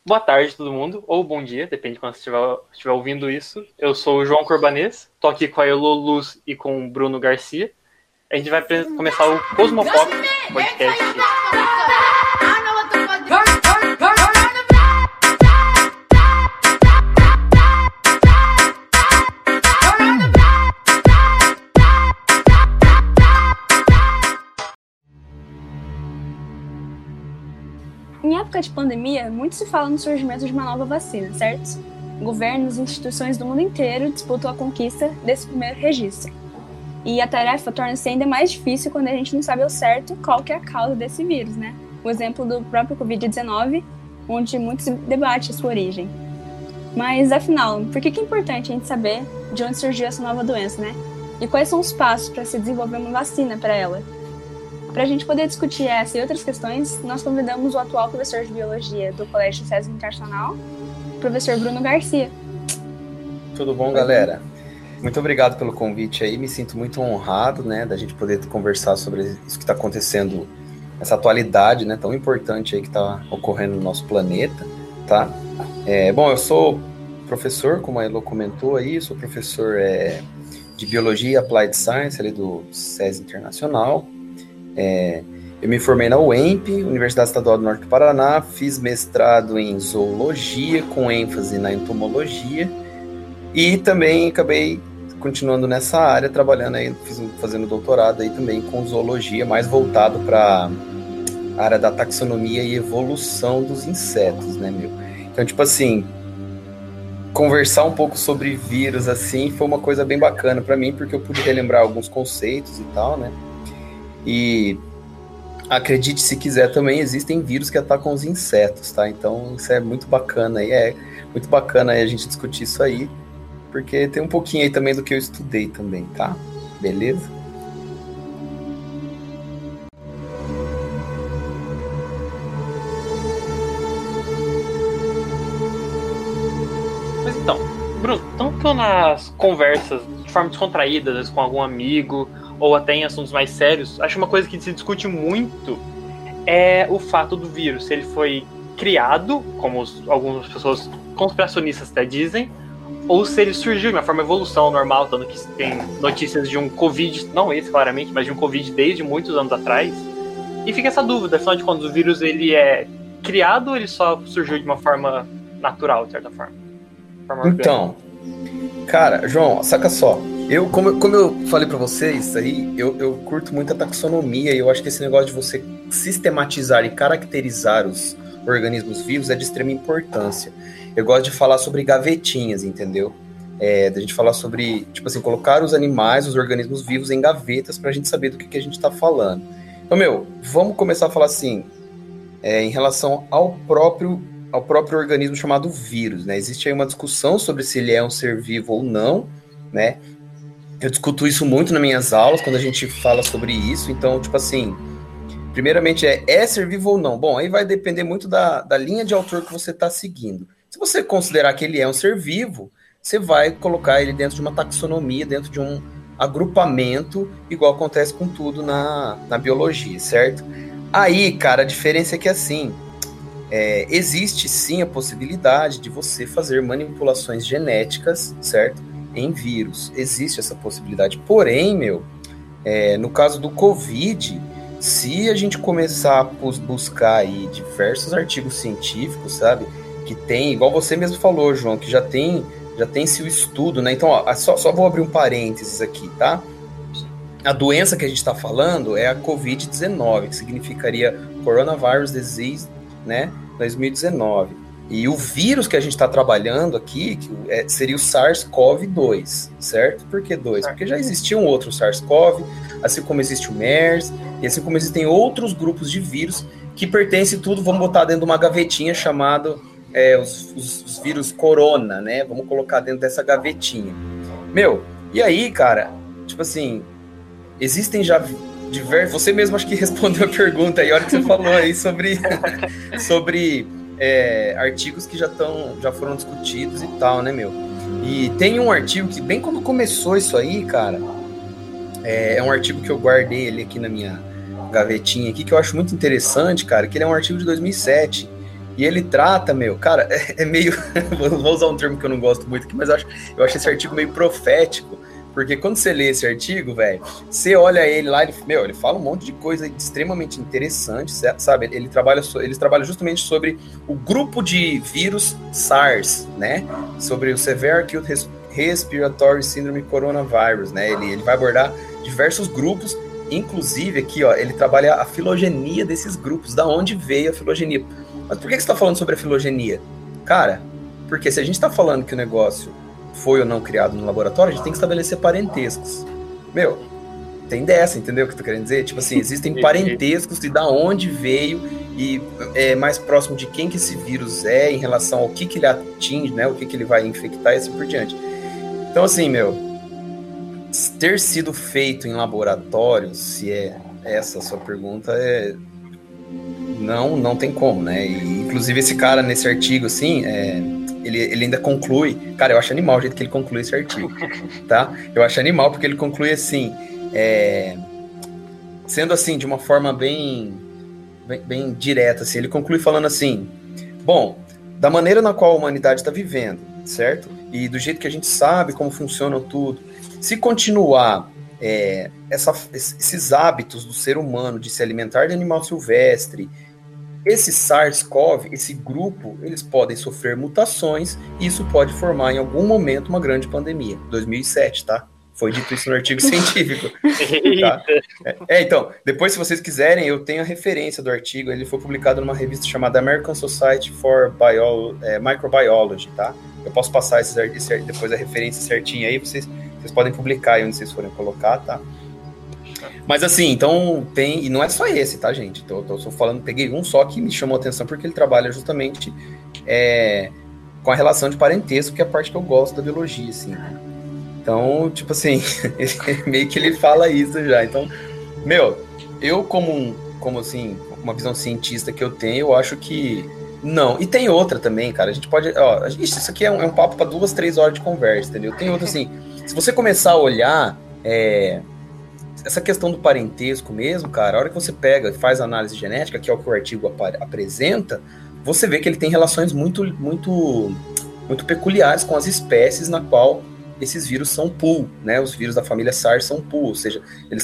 Boa tarde, todo mundo, ou bom dia, depende de quando você estiver ouvindo isso. Eu sou o João Corbanês, tô aqui com a Elo Luz e com o Bruno Garcia. A gente vai começar o Cosmopop podcast. Em época de pandemia, muito se fala no surgimento de uma nova vacina, certo? Governos e instituições do mundo inteiro disputam a conquista desse primeiro registro. E a tarefa torna-se ainda mais difícil quando a gente não sabe ao certo qual que é a causa desse vírus, né? O exemplo do próprio Covid-19, onde muito se debate a sua origem. Mas, afinal, por que é importante a gente saber de onde surgiu essa nova doença, né? E quais são os passos para se desenvolver uma vacina para ela? Para a gente poder discutir essa e outras questões, nós convidamos o atual professor de Biologia do Colégio César Internacional, o professor Bruno Garcia. Tudo bom, galera? Muito obrigado pelo convite aí, me sinto muito honrado, né, da gente poder conversar sobre isso que está acontecendo, essa atualidade, né, tão importante aí que está ocorrendo no nosso planeta, tá? Bom, eu sou professor, como a Elo comentou aí, sou professor de Biologia e Applied Science ali do César Internacional. Eu me formei na UEMP, Universidade Estadual do Norte do Paraná, fiz mestrado em Zoologia, com ênfase na entomologia, e também acabei continuando nessa área, trabalhando aí, fazendo doutorado aí também com Zoologia, mais voltado para a área da taxonomia e evolução dos insetos, né, meu? Então, tipo assim, conversar um pouco sobre vírus, assim, foi uma coisa bem bacana para mim, porque eu pude relembrar alguns conceitos e tal, né? E acredite se quiser, também existem vírus que atacam os insetos, tá? Então isso é muito bacana aí, muito bacana aí a gente discutir isso aí, porque tem um pouquinho aí também do que eu estudei também, tá? Beleza? Mas então, Bruno, tanto nas conversas de forma descontraída, às vezes com algum amigo, ou até em assuntos mais sérios, acho que uma coisa que se discute muito é o fato do vírus, se ele foi criado, como algumas pessoas conspiracionistas até dizem, ou se ele surgiu de uma forma evolução normal, tanto que tem notícias de um Covid, não esse claramente, mas de um Covid desde muitos anos atrás, e fica essa dúvida, afinal de contas, o vírus ele é criado ou ele só surgiu de uma forma natural, de certa forma? Então, cara, João, saca só, como eu falei pra vocês aí, eu curto muito a taxonomia e eu acho que esse negócio de você sistematizar e caracterizar os organismos vivos é de extrema importância. Eu gosto de falar sobre gavetinhas, entendeu? Da gente falar sobre, tipo assim, colocar os animais, os organismos vivos em gavetas pra gente saber do que a gente tá falando. Então, vamos começar a falar assim, em relação ao próprio organismo chamado vírus, né? Existe aí uma discussão sobre se ele é um ser vivo ou não, né? Eu discuto isso muito nas minhas aulas, quando a gente fala sobre isso. Então, tipo assim, primeiramente é ser vivo ou não? Bom, aí vai depender muito da linha de autor que você está seguindo. Se você considerar que ele é um ser vivo, você vai colocar ele dentro de uma taxonomia, dentro de um agrupamento, igual acontece com tudo na biologia, certo? Aí, cara, a diferença é que assim, existe sim a possibilidade de você fazer manipulações genéticas, certo? Em vírus, existe essa possibilidade. Porém, no caso do Covid, se a gente começar a buscar aí diversos artigos científicos, sabe, que tem, igual você mesmo falou, João, que já tem-se o estudo, né? Então, ó, só vou abrir um parênteses aqui, tá? A doença que a gente está falando é a Covid-19, que significaria Coronavirus Disease, né, 2019. E o vírus que a gente está trabalhando aqui seria o SARS-CoV-2, certo? Por que 2? Porque já existia um outro SARS-CoV, assim como existe o MERS, e assim como existem outros grupos de vírus que pertencem tudo, vamos botar dentro de uma gavetinha chamado os vírus corona, né? Vamos colocar dentro dessa gavetinha. E aí, cara, tipo assim, existem já diversos... Você mesmo acho que respondeu a pergunta aí, a hora que você falou aí sobre artigos que já foram discutidos e tal, né, E tem um artigo que, bem quando começou isso aí, cara, é um artigo que eu guardei ele aqui na minha gavetinha aqui, que eu acho muito interessante, cara, que ele é um artigo de 2007, E ele trata, cara, é meio... Vou usar um termo que eu não gosto muito aqui, mas eu acho esse artigo meio profético, porque quando você lê esse artigo, velho, você olha ele lá, ele fala um monte de coisa extremamente interessante, sabe? Eles trabalham justamente sobre o grupo de vírus SARS, né? Sobre o Severe Acute Respiratory Syndrome Coronavirus, né? Ele vai abordar diversos grupos, inclusive aqui, ó, ele trabalha a filogenia desses grupos, da onde veio a filogenia. Mas por que você está falando sobre a filogenia? Cara, porque se a gente está falando que o negócio foi ou não criado no laboratório, a gente tem que estabelecer parentescos. Tem dessa, entendeu o que eu tô querendo dizer? Tipo assim, existem parentescos de da onde veio e é mais próximo de quem que esse vírus é em relação ao que ele atinge, né? O que ele vai infectar e assim por diante. Então assim, ter sido feito em laboratório, se é essa a sua pergunta, não tem como, né? E, inclusive esse cara nesse artigo, assim, ele ainda conclui, cara, eu acho animal o jeito que ele conclui esse artigo, tá? Eu acho animal porque ele conclui assim, sendo assim, de uma forma bem direta, assim, ele conclui falando assim, bom, da maneira na qual a humanidade está vivendo, certo? E do jeito que a gente sabe como funciona tudo, se continuar esses hábitos do ser humano de se alimentar de animal silvestre, esse SARS-CoV, esse grupo, eles podem sofrer mutações e isso pode formar em algum momento uma grande pandemia. 2007, tá? Foi dito isso no artigo científico. Tá? Então, depois se vocês quiserem, eu tenho a referência do artigo, ele foi publicado numa revista chamada American Society for Microbiology, tá? Eu posso passar depois a referência certinha aí, vocês podem publicar aí onde vocês forem colocar, tá? Mas assim, então tem, e não é só esse, tá, gente? Tô só falando, peguei um só que me chamou a atenção porque ele trabalha justamente com a relação de parentesco, que é a parte que eu gosto da biologia, assim. Então, tipo assim, meio que ele fala isso já. Então, eu como assim, uma visão cientista que eu tenho, eu acho que não. E tem outra também, cara, a gente pode, isso aqui é um papo para 2-3 horas de conversa, entendeu? Tem outra assim, se você começar a olhar essa questão do parentesco mesmo, cara, a hora que você pega e faz análise genética, que é o que o artigo apresenta, você vê que ele tem relações muito, muito, muito peculiares com as espécies na qual esses vírus são pool, né? Os vírus da família SARS são pool, ou seja, eles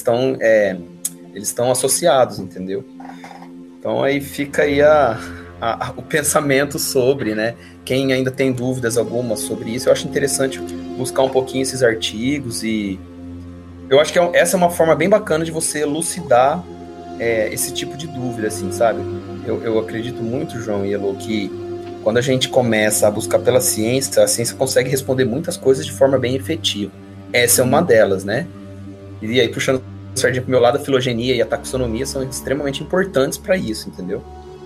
estão associados, entendeu? Então aí fica aí o pensamento sobre, né? Quem ainda tem dúvidas algumas sobre isso, eu acho interessante buscar um pouquinho esses artigos e eu acho que essa é uma forma bem bacana de você elucidar esse tipo de dúvida, assim, sabe? Eu acredito muito, João e Elo, que quando a gente começa a buscar pela ciência, a ciência consegue responder muitas coisas de forma bem efetiva. Essa é uma delas, né? E aí, puxando a sardinha pro meu lado, a filogenia e a taxonomia são extremamente importantes para isso, entendeu?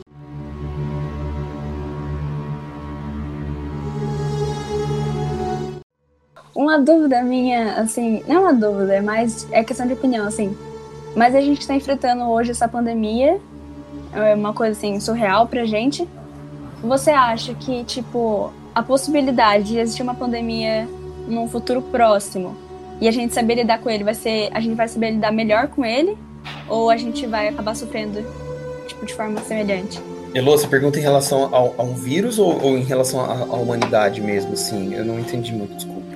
Uma dúvida minha, assim, não é uma dúvida, mas é questão de opinião, assim. Mas a gente está enfrentando hoje essa pandemia, é uma coisa, assim, surreal pra gente. Você acha que, tipo, a possibilidade de existir uma pandemia num futuro próximo e a gente saber lidar com ele, a gente vai saber lidar melhor com ele? Ou a gente vai acabar sofrendo, tipo, de forma semelhante? Elô, você pergunta em relação a um vírus ou em relação à humanidade mesmo, assim? Eu não entendi muito, desculpa.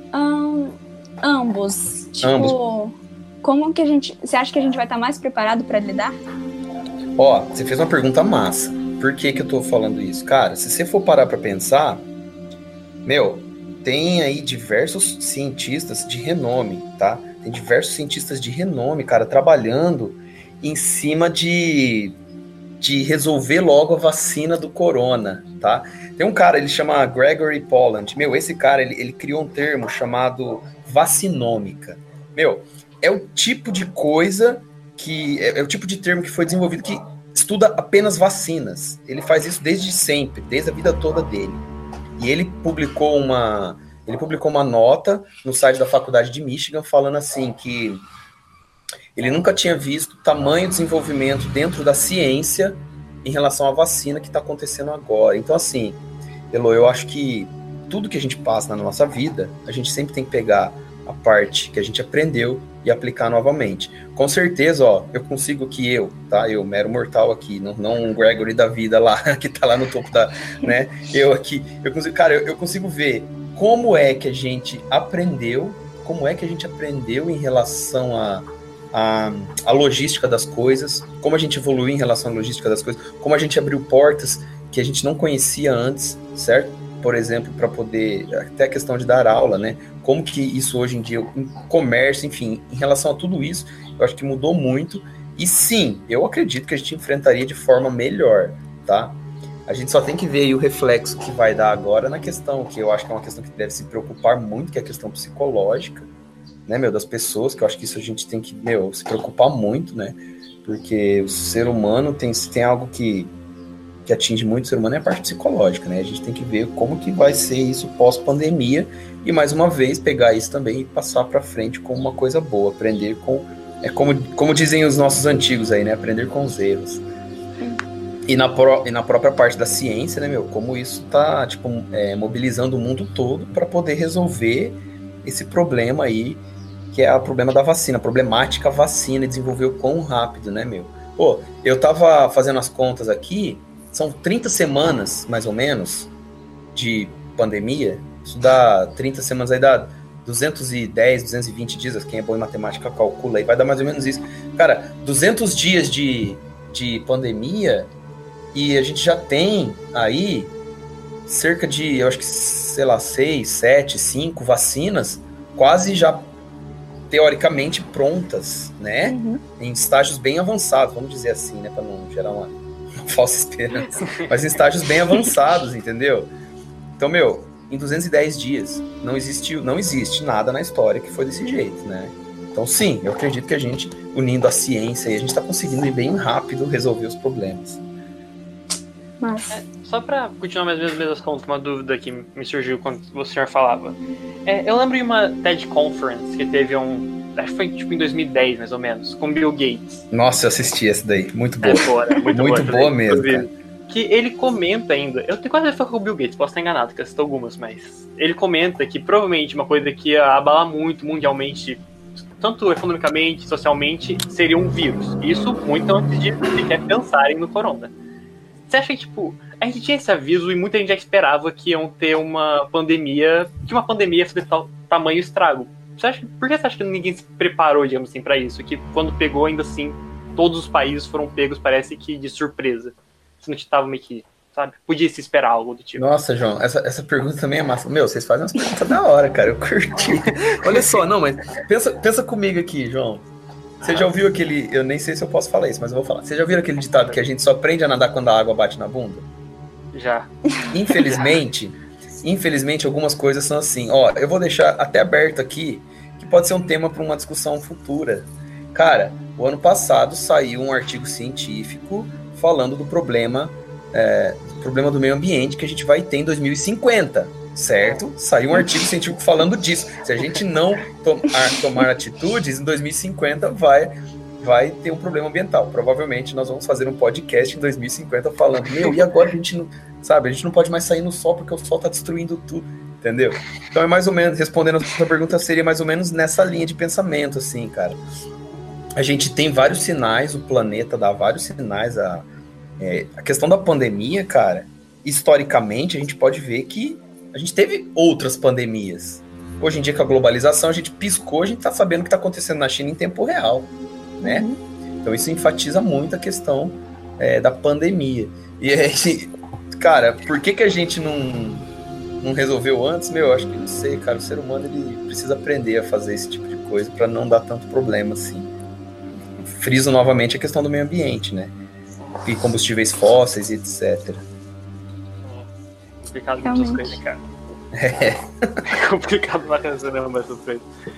Ambos. Tipo, como que você acha que a gente vai estar mais preparado para lidar? Você fez uma pergunta massa. Por que eu tô falando isso? Cara, se você for parar pra pensar, tem aí diversos cientistas de renome, tá? Tem diversos cientistas de renome, cara, trabalhando em cima de resolver logo a vacina do corona, tá? Tem um cara, ele chama Gregory Poland. Esse cara, ele criou um termo chamado vacinômica. É o tipo de coisa que... É o tipo de termo que foi desenvolvido que estuda apenas vacinas. Ele faz isso desde sempre, desde a vida toda dele. E ele publicou uma nota no site da Faculdade de Michigan falando assim que ele nunca tinha visto tamanho desenvolvimento dentro da ciência em relação à vacina que está acontecendo agora. Então, assim, Elo, eu acho que tudo que a gente passa na nossa vida, a gente sempre tem que pegar a parte que a gente aprendeu e aplicar novamente. Com certeza, ó, eu consigo que eu, mero mortal aqui, não um Gregory da vida lá, que tá lá no topo da, né, eu aqui, eu consigo ver como é que a gente aprendeu em relação a logística das coisas, como a gente evoluiu em relação à logística das coisas, como a gente abriu portas que a gente não conhecia antes, certo? Por exemplo, para poder, até a questão de dar aula, né? Como que isso hoje em dia, em comércio, enfim, em relação a tudo isso, eu acho que mudou muito. E sim, eu acredito que a gente enfrentaria de forma melhor, tá? A gente só tem que ver aí o reflexo que vai dar agora na questão, que eu acho que é uma questão que deve se preocupar muito, que é a questão psicológica, né, das pessoas, que eu acho que isso a gente tem que, se preocupar muito, né? Porque o ser humano tem algo que atinge muito o ser humano, é a parte psicológica, né? A gente tem que ver como que vai ser isso pós-pandemia e, mais uma vez, pegar isso também e passar para frente como uma coisa boa, aprender com... como dizem os nossos antigos aí, né? Aprender com os erros. E na própria parte da ciência, né, como isso tá, mobilizando o mundo todo para poder resolver esse problema aí, que é o problema da vacina, a problemática vacina, e desenvolver o quão rápido, né, Pô, eu tava fazendo as contas aqui, são 30 semanas, mais ou menos, de pandemia. Isso dá 30 semanas, aí dá 210, 220 dias. Quem é bom em matemática calcula aí, vai dar mais ou menos isso. Cara, 200 dias de pandemia, e a gente já tem aí cerca de, eu acho que, sei lá, 6, 7, 5 vacinas quase já teoricamente prontas, né? Uhum. Em estágios bem avançados, vamos dizer assim, né? Para não gerar uma falsa esperança. Mas em estágios bem avançados, entendeu? Então, em 210 dias, não existe nada na história que foi desse jeito, né? Então, sim, eu acredito que a gente, unindo a ciência, a gente está conseguindo ir bem rápido resolver os problemas. Só para continuar mais ou menos mesmas contas, uma dúvida que me surgiu quando o senhor falava. Eu lembro de uma TED Conference que teve acho que foi em 2010, mais ou menos, com Bill Gates. Nossa, eu assisti essa daí, muito boa. Muito boa mesmo, cara. Que ele comenta ainda, eu tenho quase certeza que foi com o Bill Gates, posso estar enganado, que eu cito algumas, mas ele comenta que provavelmente uma coisa que ia abalar muito mundialmente, tanto economicamente, socialmente, seria um vírus. Isso muito antes de sequer pensarem no corona. Você acha que, a gente tinha esse aviso e muita gente já esperava que iam ter uma pandemia, que uma pandemia fosse de tal tamanho estrago? Por que você acha que ninguém se preparou, digamos assim, pra isso? Que quando pegou, ainda assim, todos os países foram pegos, parece que de surpresa. Você não estava meio que, sabe? Podia se esperar algo do tipo. Nossa, João, essa pergunta também é massa. Vocês fazem umas perguntas da hora, cara, eu curti. Olha só, não, mas pensa comigo aqui, João. Você já ouviu aquele... Eu nem sei se eu posso falar isso, mas eu vou falar. Você já ouviu aquele ditado que a gente só aprende a nadar quando a água bate na bunda? Já. Infelizmente, algumas coisas são assim. Ó, eu vou deixar até aberto aqui, que pode ser um tema para uma discussão futura. Cara, o ano passado saiu um artigo científico falando do problema do meio ambiente que a gente vai ter em 2050. Certo? Saiu um artigo científico falando disso. Se a gente não tomar atitudes, em 2050 vai ter um problema ambiental. Provavelmente nós vamos fazer um podcast em 2050 falando, e agora a gente não pode mais sair no sol porque o sol tá destruindo tudo, entendeu? Então é mais ou menos, respondendo a sua pergunta, seria mais ou menos nessa linha de pensamento, assim, cara. A gente tem vários sinais, o planeta dá vários sinais, a questão da pandemia, cara, historicamente a gente pode ver que a gente teve outras pandemias. Hoje em dia, com a globalização, a gente piscou, a gente tá sabendo o que tá acontecendo na China em tempo real, né? Uhum. Então isso enfatiza muito a questão da pandemia. E aí, cara, por que a gente não resolveu antes? Eu acho que não sei, cara. O ser humano, ele precisa aprender a fazer esse tipo de coisa para não dar tanto problema, assim. Friso novamente a questão do meio ambiente, né? E combustíveis fósseis e etc. Complicado muitas coisas, cara. É complicado pra caramba essas coisas.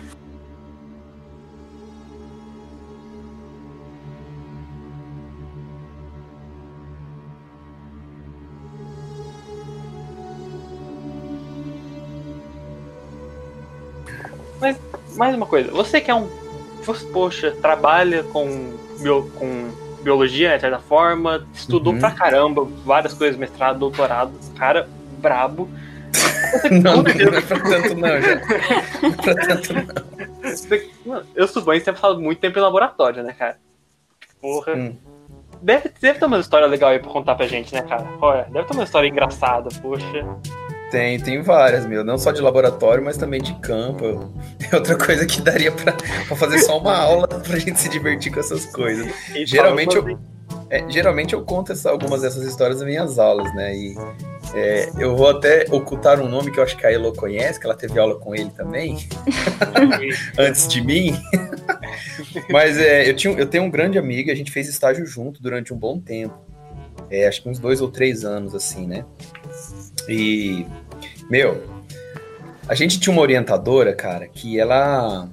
Mas, mais uma coisa, você que trabalha com biologia, né, de certa forma, estudou pra caramba, várias coisas, mestrado, doutorado, cara brabo. Não é pra tanto não, já. Não é pra tanto não. Eu suponho que você passado muito tempo em laboratório, né, cara? Porra. Deve ter uma história legal aí pra contar pra gente, né, cara? Olha, deve ter uma história engraçada, poxa. Tem várias, meu. Não só de laboratório, mas também de campo. É outra coisa que daria pra fazer só uma aula pra gente se divertir com essas coisas. Geralmente eu conto algumas dessas histórias nas minhas aulas, né? E eu vou até ocultar um nome que eu acho que a Elo conhece, que ela teve aula com ele também, antes de mim. Mas eu tenho um grande amigo, a gente fez estágio junto durante um bom tempo. Acho que uns 2 ou 3 anos, assim, né? E, a gente tinha uma orientadora, cara, que ela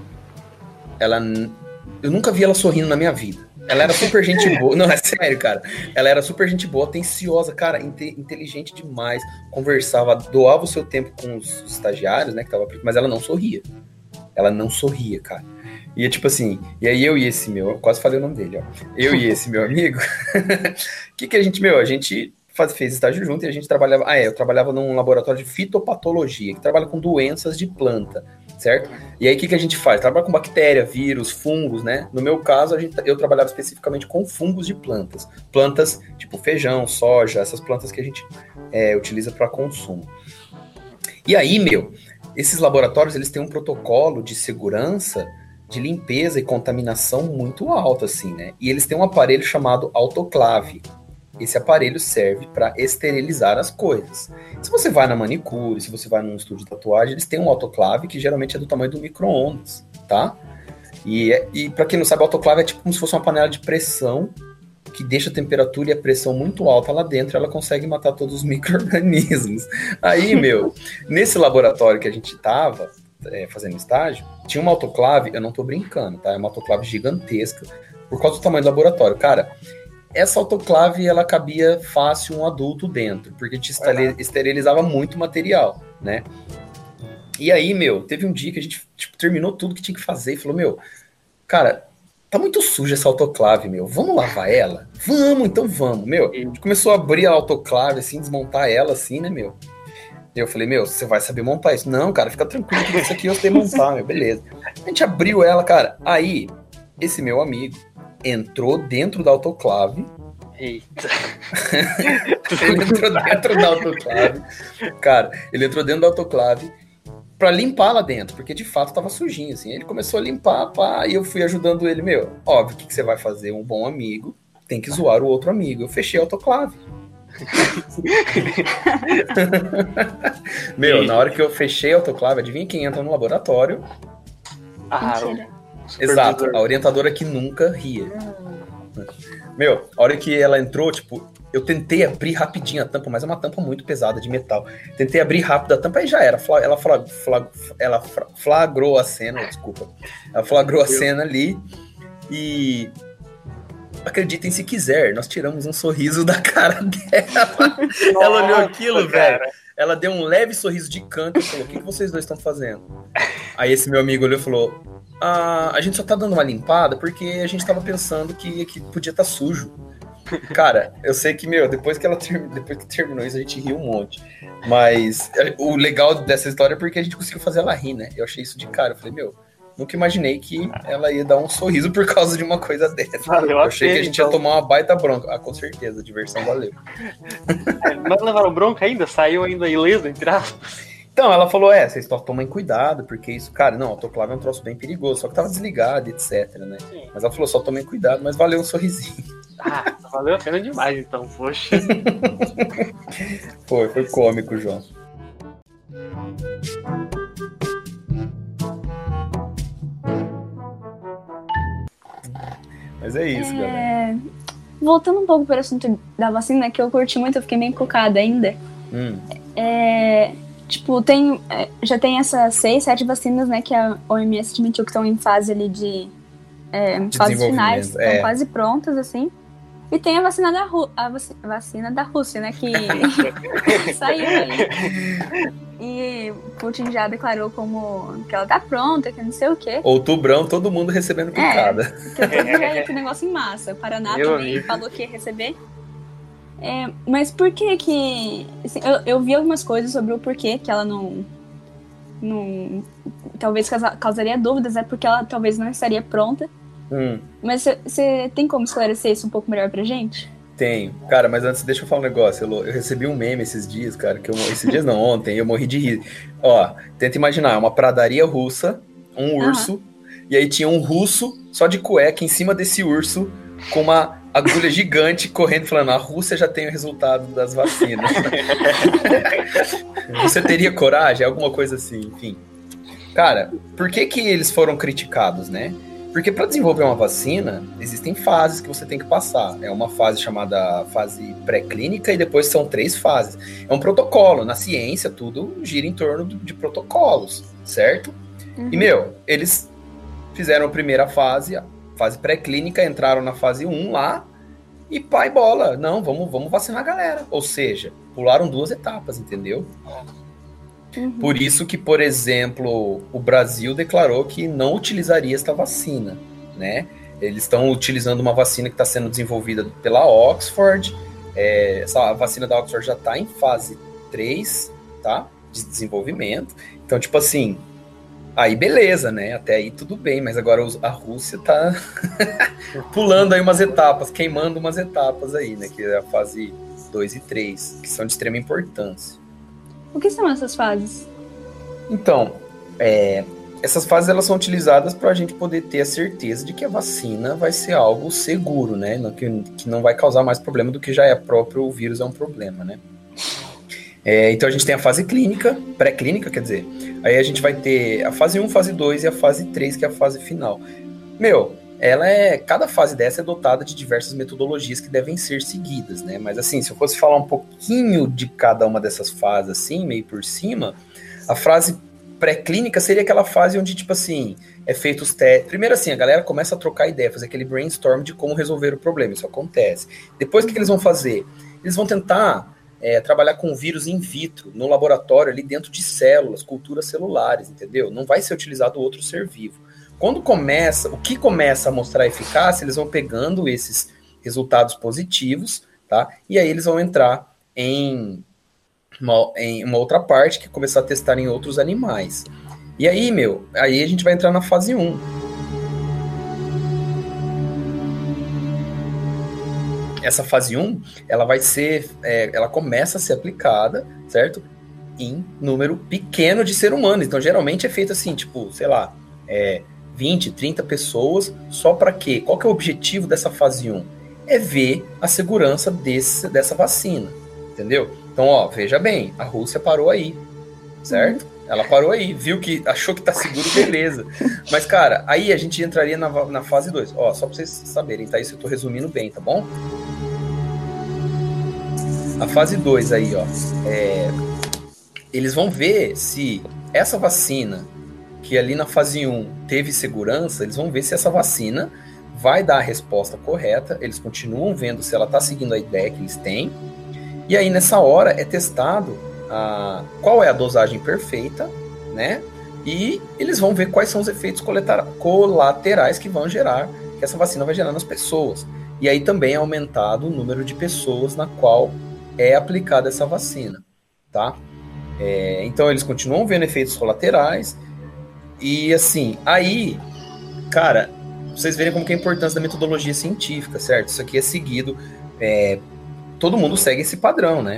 eu nunca vi ela sorrindo na minha vida. Ela era super gente boa. Não, é sério, cara. Ela era super gente boa, atenciosa, cara, inteligente demais. Conversava, doava o seu tempo com os estagiários, né, mas ela não sorria. Ela não sorria, cara. E tipo assim, e aí eu e esse eu quase falei o nome dele, ó. Eu e esse meu amigo, que a gente fez estágio junto e a gente trabalhava... eu trabalhava num laboratório de fitopatologia, que trabalha com doenças de planta, certo? E aí o que a gente faz? Trabalha com bactéria, vírus, fungos, né? No meu caso, eu trabalhava especificamente com fungos de plantas. Plantas tipo feijão, soja, essas plantas que a gente utiliza para consumo. E aí, esses laboratórios, eles têm um protocolo de segurança, de limpeza e contaminação muito alto, assim, né? E eles têm um aparelho chamado autoclave. Esse aparelho serve para esterilizar as coisas. Se você vai na manicure, se você vai num estúdio de tatuagem, eles têm um autoclave que geralmente é do tamanho do micro-ondas, tá? E para quem não sabe, o autoclave é tipo como se fosse uma panela de pressão que deixa a temperatura e a pressão muito alta lá dentro, ela consegue matar todos os micro-organismos. Aí, nesse laboratório que a gente tava fazendo estágio, tinha uma autoclave, eu não tô brincando, tá? É uma autoclave gigantesca, por causa do tamanho do laboratório. Cara, essa autoclave, ela cabia fácil um adulto dentro, porque a gente esterilizava muito material, né? E aí, teve um dia que a gente terminou tudo que tinha que fazer e falou, cara, tá muito suja essa autoclave, vamos lavar ela? Vamos, então vamos, A gente começou a abrir a autoclave, assim, desmontar ela, assim, né, Eu falei, você vai saber montar isso. Não, cara, fica tranquilo que isso aqui eu sei montar, beleza. A gente abriu ela, cara, aí, esse meu amigo entrou dentro da autoclave. Eita. Ele entrou dentro da autoclave. Cara, ele entrou dentro da autoclave pra limpar lá dentro, porque de fato tava sujinho, assim. Ele começou a limpar, e eu fui ajudando ele, óbvio, o que você vai fazer? Um bom amigo tem que zoar o outro amigo. Eu fechei a autoclave. Na hora que eu fechei a autoclave, adivinha quem entra no laboratório? Exato, a orientadora que nunca ria. A hora que ela entrou, eu tentei abrir rapidinho a tampa, mas é uma tampa muito pesada de metal. Tentei abrir rápido a tampa e já era. Ela flagrou a cena, desculpa. Ela flagrou a cena ali e... Acreditem se quiser, nós tiramos um sorriso da cara dela. Nossa, ela olhou aquilo, velho. Ela deu um leve sorriso de canto e falou, o que vocês dois estão fazendo? Aí esse meu amigo olhou e falou, a gente só tá dando uma limpada porque a gente tava pensando que podia estar sujo. Cara, eu sei que, depois que terminou isso, a gente riu um monte. Mas o legal dessa história é porque a gente conseguiu fazer ela rir, né? Eu achei isso de cara. Eu falei, nunca imaginei que ela ia dar um sorriso por causa de uma coisa dessa. Eu achei que a gente ia tomar uma baita bronca. Com certeza, a diversão valeu. Mas levaram bronca ainda? Saiu ainda ileso, entre aspas? Então, ela falou, vocês tomem cuidado, porque isso, cara, não, autoclave é um troço bem perigoso, só que tava desligado, etc, né? Sim. Mas ela falou, só tomem cuidado, mas valeu um sorrisinho. Valeu a pena demais, então, poxa. Foi cômico, João. Mas é isso, galera. Voltando um pouco para o assunto da vacina, que eu curti muito, eu fiquei meio encucada ainda. Já tem essas 6, 7 vacinas, né, que a OMS admitiu que estão em fase ali de fases finais, estão quase prontas, assim. E tem a vacina vacina da Rússia, né, que saiu aí. E Putin já declarou que ela tá pronta, que não sei o quê. Outubrão, todo mundo recebendo picada. Todo mundo já ia pro negócio em massa. O Paraná também falou que ia receber. Mas por que assim, eu vi algumas coisas sobre o porquê que ela não talvez causaria dúvidas, porque ela talvez não estaria pronta. Mas você tem como esclarecer isso um pouco melhor pra gente? Tenho. Cara, mas antes, deixa eu falar um negócio. Eu recebi um meme esses dias, cara, esses dias não, ontem, eu morri de rir. Ó, tenta imaginar, uma pradaria russa, um urso, e aí tinha um russo só de cueca em cima desse urso, com uma agulha gigante correndo, falando, a Rússia já tem o resultado das vacinas. Você teria coragem? Alguma coisa assim, enfim. Cara, por que eles foram criticados, né? Porque para desenvolver uma vacina, existem fases que você tem que passar. É uma fase chamada fase pré-clínica e depois são 3 fases. É um protocolo. Na ciência, tudo gira em torno de protocolos, certo? E, eles fizeram a primeira fase, a fase pré-clínica, entraram na fase 1 lá e pá e bola. Não, vamos vacinar a galera. Ou seja, pularam 2 etapas, entendeu? Por isso que, por exemplo, o Brasil declarou que não utilizaria esta vacina, né? Eles estão utilizando uma vacina que está sendo desenvolvida pela Oxford. Essa vacina da Oxford já está em fase 3, tá? De desenvolvimento. Então, tipo assim, aí beleza, né? Até aí tudo bem, mas agora a Rússia tá pulando aí umas etapas, queimando umas etapas aí, né? Que é a fase 2 e 3, que são de extrema importância. O que são essas fases? Então, essas fases elas são utilizadas para a gente poder ter a certeza de que a vacina vai ser algo seguro, né? Que não vai causar mais problema do que já é próprio o vírus é um problema, né? Então a gente tem a fase clínica, pré-clínica, quer dizer, aí a gente vai ter a fase 1, fase 2 e a fase 3, que é a fase final. Cada fase dessa é dotada de diversas metodologias que devem ser seguidas, né? Mas assim, se eu fosse falar um pouquinho de cada uma dessas fases, assim, meio por cima, a fase pré-clínica seria aquela fase onde, tipo assim, é feito os testes. Primeiro assim, a galera começa a trocar ideia, fazer aquele brainstorm de como resolver o problema, isso acontece. Depois, o que eles vão fazer? Eles vão tentar trabalhar com o vírus in vitro, no laboratório, ali dentro de células, culturas celulares, entendeu? Não vai ser utilizado outro ser vivo. O que começa a mostrar eficácia, eles vão pegando esses resultados positivos, tá? E aí eles vão entrar em uma outra parte, que é começar a testar em outros animais. E aí, aí a gente vai entrar na fase 1. Essa fase 1, ela vai ser, ela começa a ser aplicada, certo? Em número pequeno de ser humano. Então, geralmente é feito assim, tipo, sei lá, 20, 30 pessoas, só para quê? Qual que é o objetivo dessa fase 1? É ver a segurança dessa vacina, entendeu? Então, veja bem, a Rússia parou aí, certo? Ela parou aí, viu que achou que tá seguro, beleza. Mas, cara, aí a gente entraria na fase 2. Só pra vocês saberem, tá? Isso eu tô resumindo bem, tá bom? A fase 2 aí, eles vão ver se essa vacina que ali na fase 1 teve segurança, eles vão ver se essa vacina vai dar a resposta correta, eles continuam vendo se ela está seguindo a ideia que eles têm, e aí nessa hora é testado qual é a dosagem perfeita, né? E eles vão ver quais são os efeitos colaterais que vão gerar, que essa vacina vai gerar nas pessoas. E aí também é aumentado o número de pessoas na qual é aplicada essa vacina, tá? Então eles continuam vendo efeitos colaterais. E assim, aí, cara, vocês verem como que é a importância da metodologia científica, certo? Isso aqui é seguido, todo mundo segue esse padrão, né?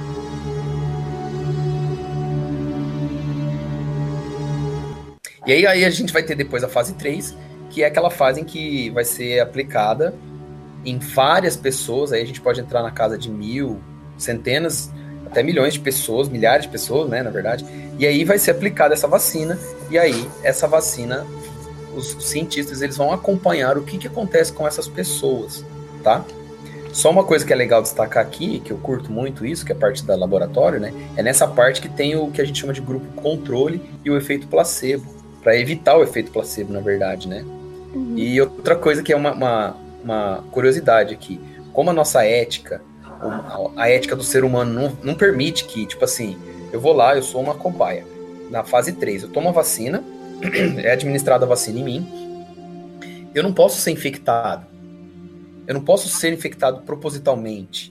E aí a gente vai ter depois a fase 3, que é aquela fase em que vai ser aplicada em várias pessoas, aí a gente pode entrar na casa de 1.000, centenas, até milhões de pessoas, milhares de pessoas, né, na verdade, e aí vai ser aplicada essa vacina, e aí essa vacina, os cientistas, eles vão acompanhar o que acontece com essas pessoas, tá? Só uma coisa que é legal destacar aqui, que eu curto muito isso, que é a parte da laboratório, né, é nessa parte que tem o que a gente chama de grupo controle e o efeito placebo, para evitar o efeito placebo, na verdade, né? E outra coisa que é uma curiosidade aqui, como a nossa ética, a ética do ser humano não permite que, tipo assim, eu vou lá, eu sou uma cobaia. Na fase 3, eu tomo a vacina, é administrada a vacina em mim, eu não posso ser infectado. Eu não posso ser infectado propositalmente.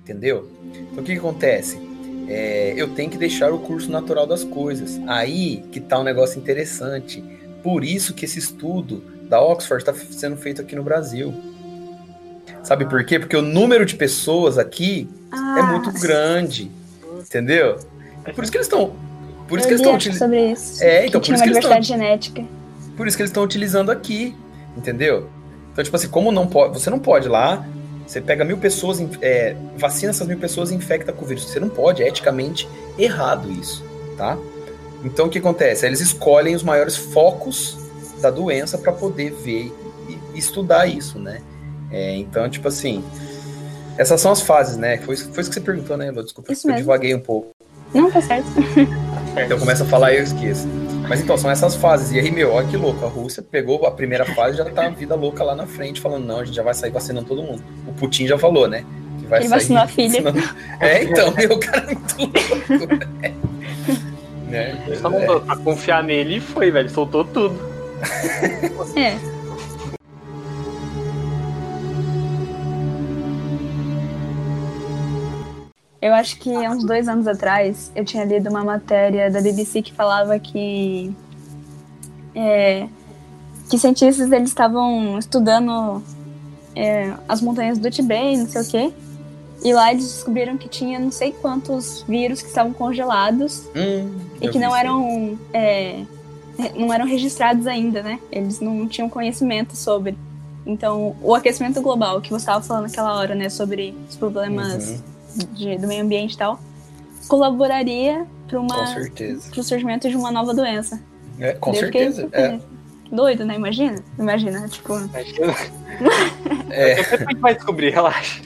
entendeu? Então o que acontece? Eu tenho que deixar o curso natural das coisas. Aí que tá um negócio interessante. Por isso que esse estudo da Oxford está sendo feito aqui no Brasil. Sabe por quê? Porque o número de pessoas aqui é muito grande, entendeu? Por isso que eles estão... Por isso que eles estão utilizando sobre isso. Então por isso que diversidade genética. Por isso que eles estão utilizando aqui, entendeu? Então, tipo assim, como não pode, você não pode lá, você pega 1.000 pessoas, vacina essas 1.000 pessoas e infecta com o vírus. Você não pode, é eticamente errado isso, tá? Então, o que acontece? Eles escolhem os maiores focos da doença para poder ver e estudar isso, né? Então, tipo assim, essas são as fases, né? Foi isso que você perguntou, né, Lu? Desculpa, eu divaguei um pouco. Não, tá certo. Então começa a falar e eu esqueço. Mas então, são essas fases. E aí, olha que louco, a Rússia pegou a primeira fase e já tá a vida louca lá na frente, falando, não, a gente já vai sair vacinando todo mundo. O Putin já falou, né? Que vai ele vacinou a filha. Então, o cara é muito louco, né? Só não pra confiar nele e foi, velho, soltou tudo. Eu acho que há uns 2 anos atrás eu tinha lido uma matéria da BBC que falava que cientistas eles estavam estudando as montanhas do Tibete, não sei o quê, e lá eles descobriram que tinha não sei quantos vírus que estavam congelados e que não eram registrados ainda, né? Eles não tinham conhecimento sobre. Então, o aquecimento global que você estava falando naquela hora, né, sobre os problemas do meio ambiente e tal, colaboraria para o surgimento de uma nova doença. Com certeza. Doido, né? Imagina, tipo... Você vai descobrir, relaxa.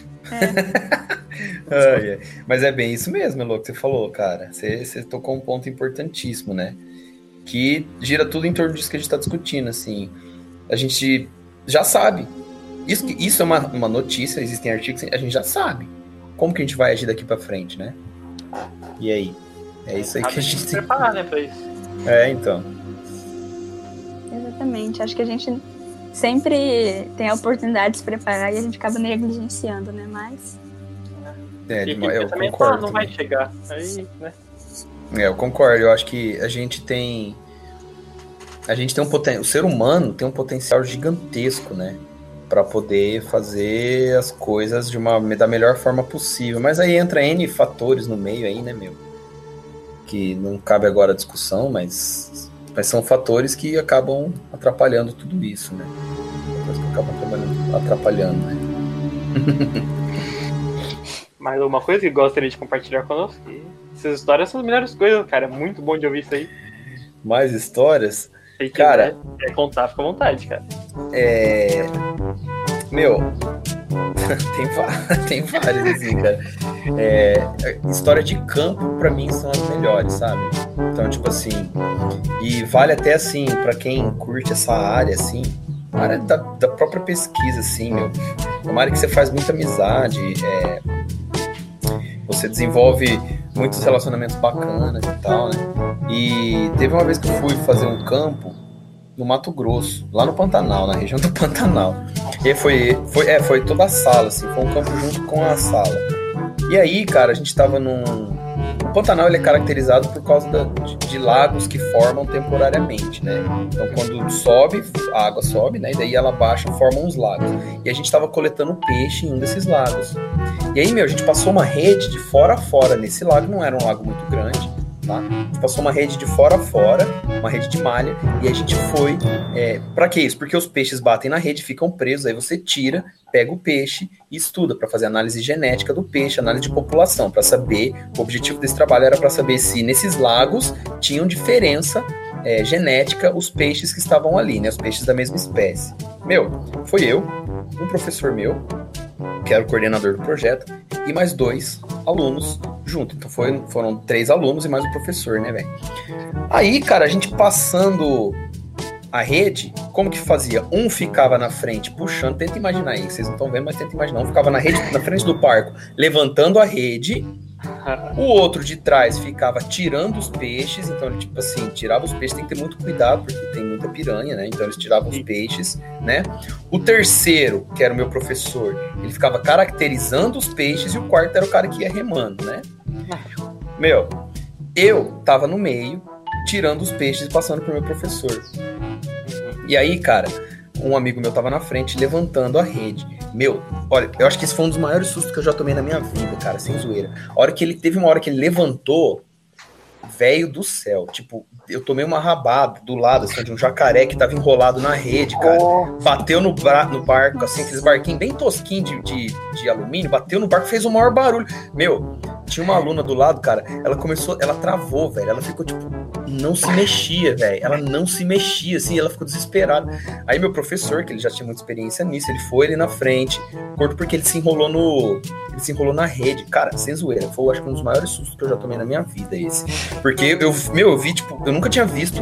Mas é bem isso mesmo, Elô, que você falou, cara. Você tocou um ponto importantíssimo, né? Que gira tudo em torno disso que a gente está discutindo, assim. A gente já sabe. Isso é uma notícia, existem artigos, a gente já sabe. Como que a gente vai agir daqui pra frente, né? E aí? É isso aí que a gente tem que preparar, né, pra isso. Então. Exatamente. Acho que a gente sempre tem a oportunidade de se preparar e a gente acaba negligenciando, né? Mas... eu concordo. Não vai chegar. Aí, né? Eu concordo. Eu acho que a gente tem um potencial... O ser humano tem um potencial gigantesco, né? Para poder fazer as coisas da melhor forma possível. Mas aí entra N fatores no meio aí, né, que não cabe agora a discussão, mas são fatores que acabam atrapalhando tudo isso, né? Fatores que acabam atrapalhando, né? Mais alguma coisa que gostaria de compartilhar conosco? Essas histórias são as melhores coisas, cara. É muito bom de ouvir isso aí. Mais histórias? Se quiser contar, fica à vontade, cara. Tem várias, assim, cara. História de campo, pra mim, são as melhores, sabe? Então, tipo assim, e vale até, assim, pra quem curte essa área, assim, a área da própria pesquisa, assim, é uma área que você faz muita amizade, você desenvolve muitos relacionamentos bacanas e tal, né? E teve uma vez que eu fui fazer um campo no Mato Grosso, lá no Pantanal, na região do Pantanal. E aí foi toda a sala, assim, foi um campo junto com a sala. E aí, cara, a gente tava O Pantanal, ele é caracterizado por causa de lagos que formam temporariamente, né? Então, quando sobe, a água sobe, né? E daí ela baixa, formam uns lagos. E a gente tava coletando peixe em um desses lagos. E aí, a gente passou uma rede de fora a fora nesse lago, não era um lago muito grande, tá? A gente passou uma rede de fora a fora, uma rede de malha, e a gente foi... Pra que isso? Porque os peixes batem na rede, ficam presos, aí você tira, pega o peixe e estuda para fazer análise genética do peixe, análise de população, para saber... O objetivo desse trabalho era para saber se nesses lagos tinham diferença genética os peixes que estavam ali, né? Os peixes da mesma espécie. Foi eu, um professor meu, que era o coordenador do projeto, e mais 2 alunos junto. Então foram 3 alunos e mais o professor, né, velho? Aí, cara, a gente passando a rede, como que fazia? Um ficava na frente puxando, tenta imaginar aí, vocês não estão vendo, mas tenta imaginar. Um ficava na frente do barco, levantando a rede, O outro de trás ficava tirando os peixes, então ele, tipo assim, tirava os peixes, tem que ter muito cuidado, porque tem muita piranha, né? Então eles tiravam os peixes, né? O terceiro, que era o meu professor, ele ficava caracterizando os peixes, e o quarto era o cara que ia remando, né? Meu, eu tava no meio, tirando os peixes e passando pro meu professor. E aí, cara, um amigo meu tava na frente, levantando a rede. Meu, olha, eu acho que esse foi um dos maiores sustos que eu já tomei na minha vida, cara, sem zoeira. Teve uma hora que ele levantou, velho do céu, tipo, eu tomei uma rabada do lado, assim, de um jacaré que tava enrolado na rede, cara. Bateu no barco, assim, aqueles barquinhos bem tosquinhos de alumínio, bateu no barco, fez o maior barulho. Meu, tinha uma aluna do lado, cara, ela travou, velho, ela ficou, tipo, não se mexia, velho, ela não se mexia, assim, ela ficou desesperada. Aí meu professor, que ele já tinha muita experiência nisso, ele foi ali na frente, curto porque ele se enrolou na rede, cara, sem zoeira, foi, acho que um dos maiores sustos que eu já tomei na minha vida, esse. Porque eu vi, tipo, eu nunca tinha visto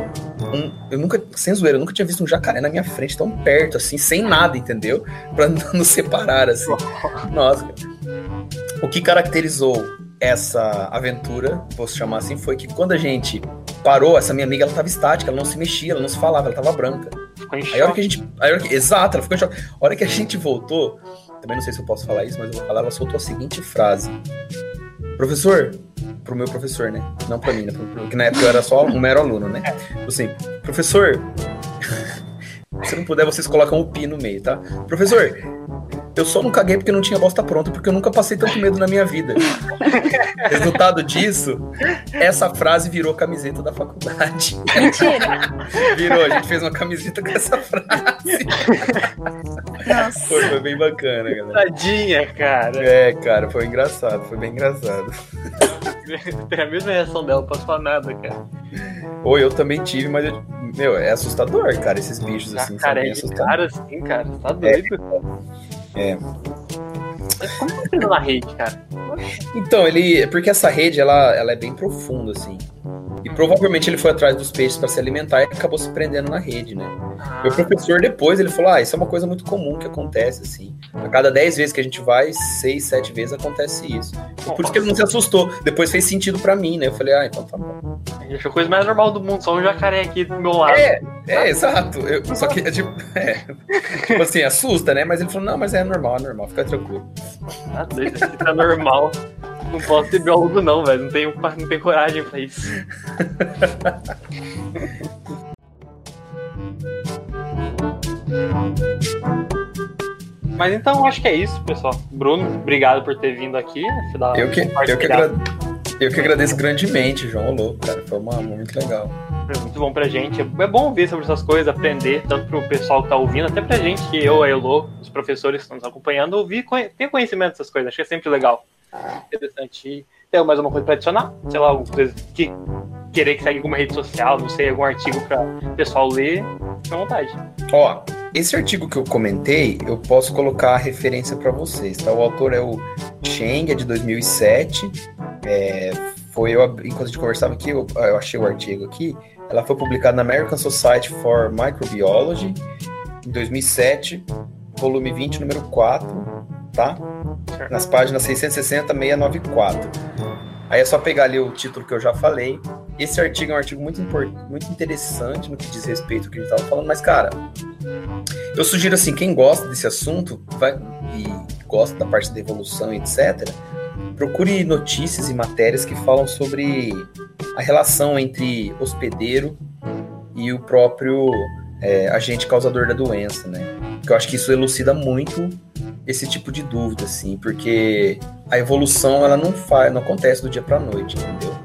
sem zoeira, eu nunca tinha visto um jacaré na minha frente tão perto, assim, sem nada, entendeu? Pra nos separar, assim. Nossa, cara. O que caracterizou essa aventura, posso chamar assim, foi que quando a gente parou, essa minha amiga, ela tava estática, ela não se mexia, ela não se falava, ela tava branca. Ficou em choque. Aí a hora que a gente... Exato, ela ficou em choque. A hora que a gente voltou, também não sei se eu posso falar isso, mas eu vou falar, ela soltou a seguinte frase. Professor... Pro meu professor, né? Não pra mim, né? Porque na época eu era só um mero aluno, né? Assim, professor, se não puder, vocês colocam o pi no meio, tá? Professor, eu só não caguei porque não tinha bosta pronta, porque eu nunca passei tanto medo na minha vida. Resultado disso, essa frase virou camiseta da faculdade. Mentira! Virou, a gente fez uma camiseta com essa frase. Nossa. Foi bem bacana, galera. Tadinha, cara. É, cara, foi engraçado, foi bem engraçado. Tem a mesma reação dela, não posso falar nada, cara. Ou eu também tive, mas, meu, é assustador, cara, esses bichos assim. Cara, é de assustadores. cara assim, cara, tá doido. É. Mas como tá sendo na rede, cara? Então, porque essa rede, ela é bem profunda, assim. E provavelmente ele foi atrás dos peixes para se alimentar e acabou se prendendo na rede, né? Meu professor depois, ele falou, isso é uma coisa muito comum que acontece, assim. A cada 10 vezes que a gente vai, 6, 7 vezes acontece isso. E por isso que ele não se assustou. Depois fez sentido pra mim, né? Eu falei, então tá bom. Ele achou a coisa mais normal do mundo, só um jacaré aqui do meu lado. Exato. Só que, tipo assim, assusta, né? Mas ele falou, não, mas é normal, fica tranquilo. Ah, doido, isso tá normal. Não posso ser biólogo não, velho. Não tenho coragem pra isso. Mas então, acho que é isso, pessoal. Bruno, obrigado por ter vindo aqui. Eu que agradeço grandemente, João. Louco, cara. Foi muito legal. É muito bom pra gente. É bom ver sobre essas coisas, aprender, tanto pro pessoal que tá ouvindo, até pra gente, que eu, a Elô, os professores que estão nos acompanhando, ouvir, ter conhecimento dessas coisas. Acho que é sempre legal. Interessante. Tem mais alguma coisa pra adicionar? Sei lá, alguma coisa que querer que segue alguma rede social, não sei, algum artigo pra o pessoal ler, fica à vontade. Esse artigo que eu comentei, eu posso colocar a referência para vocês, tá? O autor é o Cheng, é de 2007. Enquanto a gente conversava aqui, eu achei o artigo aqui. Ela foi publicada na American Society for Microbiology em 2007, volume 20, número 4, tá? Nas páginas 660, 694. Aí é só pegar ali o título que eu já falei. Esse artigo é um artigo muito interessante no que diz respeito ao que a gente estava falando, mas, cara, eu sugiro assim, quem gosta desse assunto e gosta da parte da evolução, etc., procure notícias e matérias que falam sobre a relação entre hospedeiro e o próprio agente causador da doença, né? Porque eu acho que isso elucida muito esse tipo de dúvida, assim, porque a evolução, ela não acontece do dia pra noite, entendeu?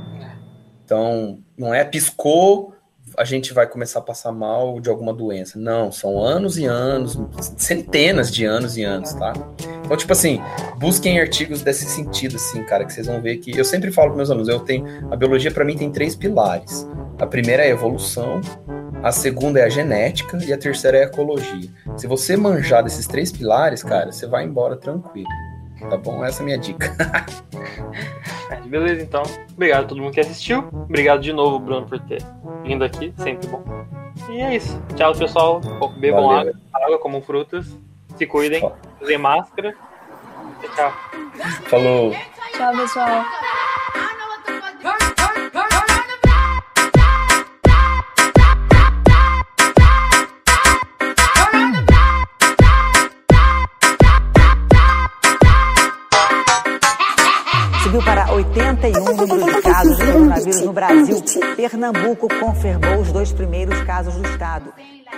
Então, não é piscou, a gente vai começar a passar mal de alguma doença. Não, são anos e anos, centenas de anos e anos, tá? Então, tipo assim, busquem artigos desse sentido, assim, cara, que vocês vão ver que... Eu sempre falo para meus alunos, a biologia, para mim, tem 3 pilares. A primeira é a evolução, a segunda é a genética e a terceira é a ecologia. Se você manjar desses 3 pilares, cara, você vai embora tranquilo. Tá bom? Essa é a minha dica. Beleza, então. Obrigado a todo mundo que assistiu. Obrigado de novo, Bruno, por ter vindo aqui. Sempre bom. E é isso. Tchau, pessoal. Bebam água, comam frutas. Se cuidem. Usem máscara. E tchau. Falou. Tchau, pessoal. subiu para 81 o número de casos de coronavírus no Brasil. Pernambuco confirmou os 2 primeiros casos do estado.